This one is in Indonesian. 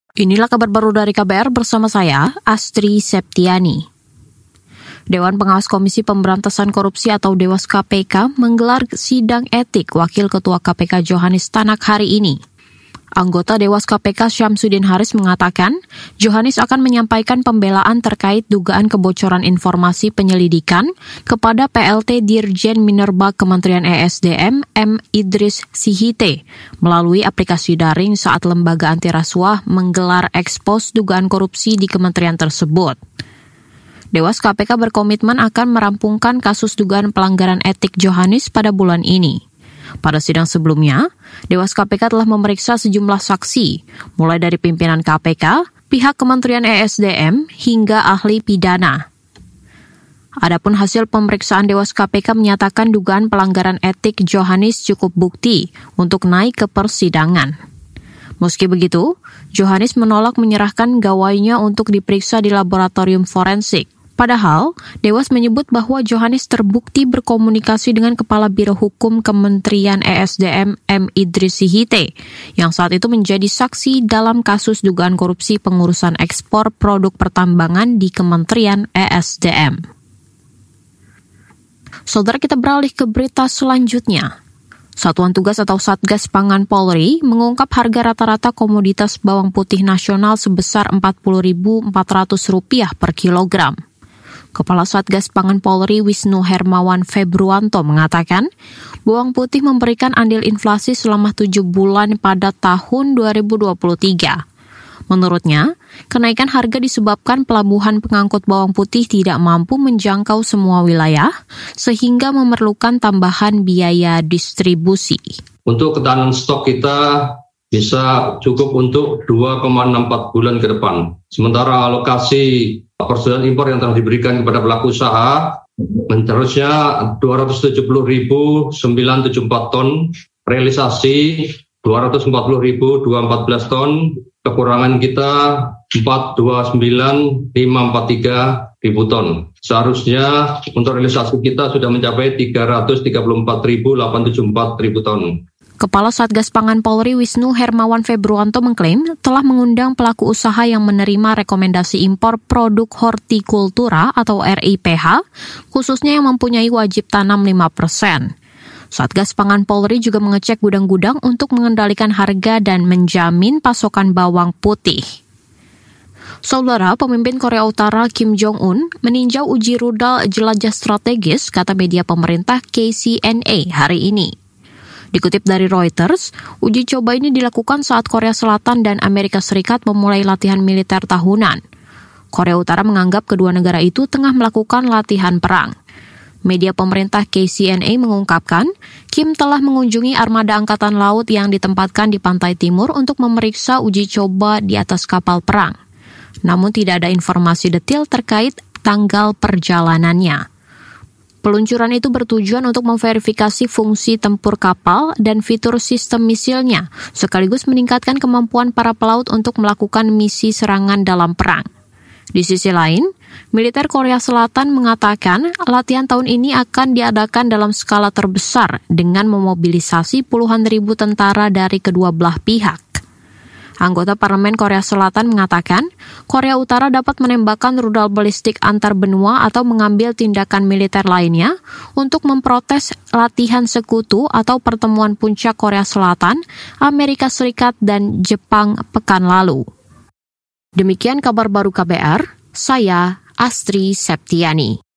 Inilah kabar baru dari KBR bersama saya, Astri Septiani. Dewan Pengawas Komisi Pemberantasan Korupsi atau Dewas KPK menggelar sidang etik Wakil Ketua KPK Johannes Tanak hari ini. Anggota Dewas KPK Syamsuddin Haris mengatakan, Johannes akan menyampaikan pembelaan terkait dugaan kebocoran informasi penyelidikan kepada PLT Dirjen Minerba Kementerian ESDM M. Idris Sihite melalui aplikasi daring saat lembaga anti rasuah menggelar ekspos dugaan korupsi di kementerian tersebut. Dewas KPK berkomitmen akan merampungkan kasus dugaan pelanggaran etik Johannes pada bulan ini. Pada sidang sebelumnya, Dewas KPK telah memeriksa sejumlah saksi, mulai dari pimpinan KPK, pihak Kementerian ESDM, hingga ahli pidana. Adapun hasil pemeriksaan Dewas KPK menyatakan dugaan pelanggaran etik Johannes cukup bukti untuk naik ke persidangan. Meski begitu, Johannes menolak menyerahkan gawainya untuk diperiksa di laboratorium forensik. Padahal, Dewas menyebut bahwa Johannes terbukti berkomunikasi dengan Kepala Biro Hukum Kementerian ESDM M. Idris Sihite, yang saat itu menjadi saksi dalam kasus dugaan korupsi pengurusan ekspor produk pertambangan di Kementerian ESDM. Saudara, kita beralih ke berita selanjutnya. Satuan Tugas atau Satgas Pangan Polri mengungkap harga rata-rata komoditas bawang putih nasional sebesar Rp40.400 per kilogram. Kepala Satgas Pangan Polri Wisnu Hermawan Februanto mengatakan, bawang putih memberikan andil inflasi selama 7 bulan pada tahun 2023. Menurutnya, kenaikan harga disebabkan pelabuhan pengangkut bawang putih tidak mampu menjangkau semua wilayah, sehingga memerlukan tambahan biaya distribusi. Untuk ketahanan stok kita bisa cukup untuk 2,64 bulan ke depan. Sementara alokasi persetujuan impor yang telah diberikan kepada pelaku usaha menterusnya 270.974 ton, realisasi 240.214 ton, kekurangan kita 429.543 ribu ton. Seharusnya untuk realisasi kita sudah mencapai 334.874 ribu ton. Kepala Satgas Pangan Polri Wisnu Hermawan Februanto mengklaim telah mengundang pelaku usaha yang menerima rekomendasi impor produk hortikultura atau RIPH, khususnya yang mempunyai wajib tanam 5%. Satgas Pangan Polri juga mengecek gudang-gudang untuk mengendalikan harga dan menjamin pasokan bawang putih. Saudara, pemimpin Korea Utara Kim Jong-un meninjau uji rudal jelajah strategis, kata media pemerintah KCNA hari ini. Dikutip dari Reuters, uji coba ini dilakukan saat Korea Selatan dan Amerika Serikat memulai latihan militer tahunan. Korea Utara menganggap kedua negara itu tengah melakukan latihan perang. Media pemerintah KCNA mengungkapkan, Kim telah mengunjungi armada angkatan laut yang ditempatkan di pantai timur untuk memeriksa uji coba di atas kapal perang. Namun tidak ada informasi detail terkait tanggal perjalanannya. Peluncuran itu bertujuan untuk memverifikasi fungsi tempur kapal dan fitur sistem misilnya, sekaligus meningkatkan kemampuan para pelaut untuk melakukan misi serangan dalam perang. Di sisi lain, militer Korea Selatan mengatakan latihan tahun ini akan diadakan dalam skala terbesar dengan memobilisasi puluhan ribu tentara dari kedua belah pihak. Anggota Parlemen Korea Selatan mengatakan, Korea Utara dapat menembakkan rudal balistik antar benua atau mengambil tindakan militer lainnya untuk memprotes latihan sekutu atau pertemuan puncak Korea Selatan, Amerika Serikat, dan Jepang pekan lalu. Demikian kabar baru KBR, saya Astri Septiani.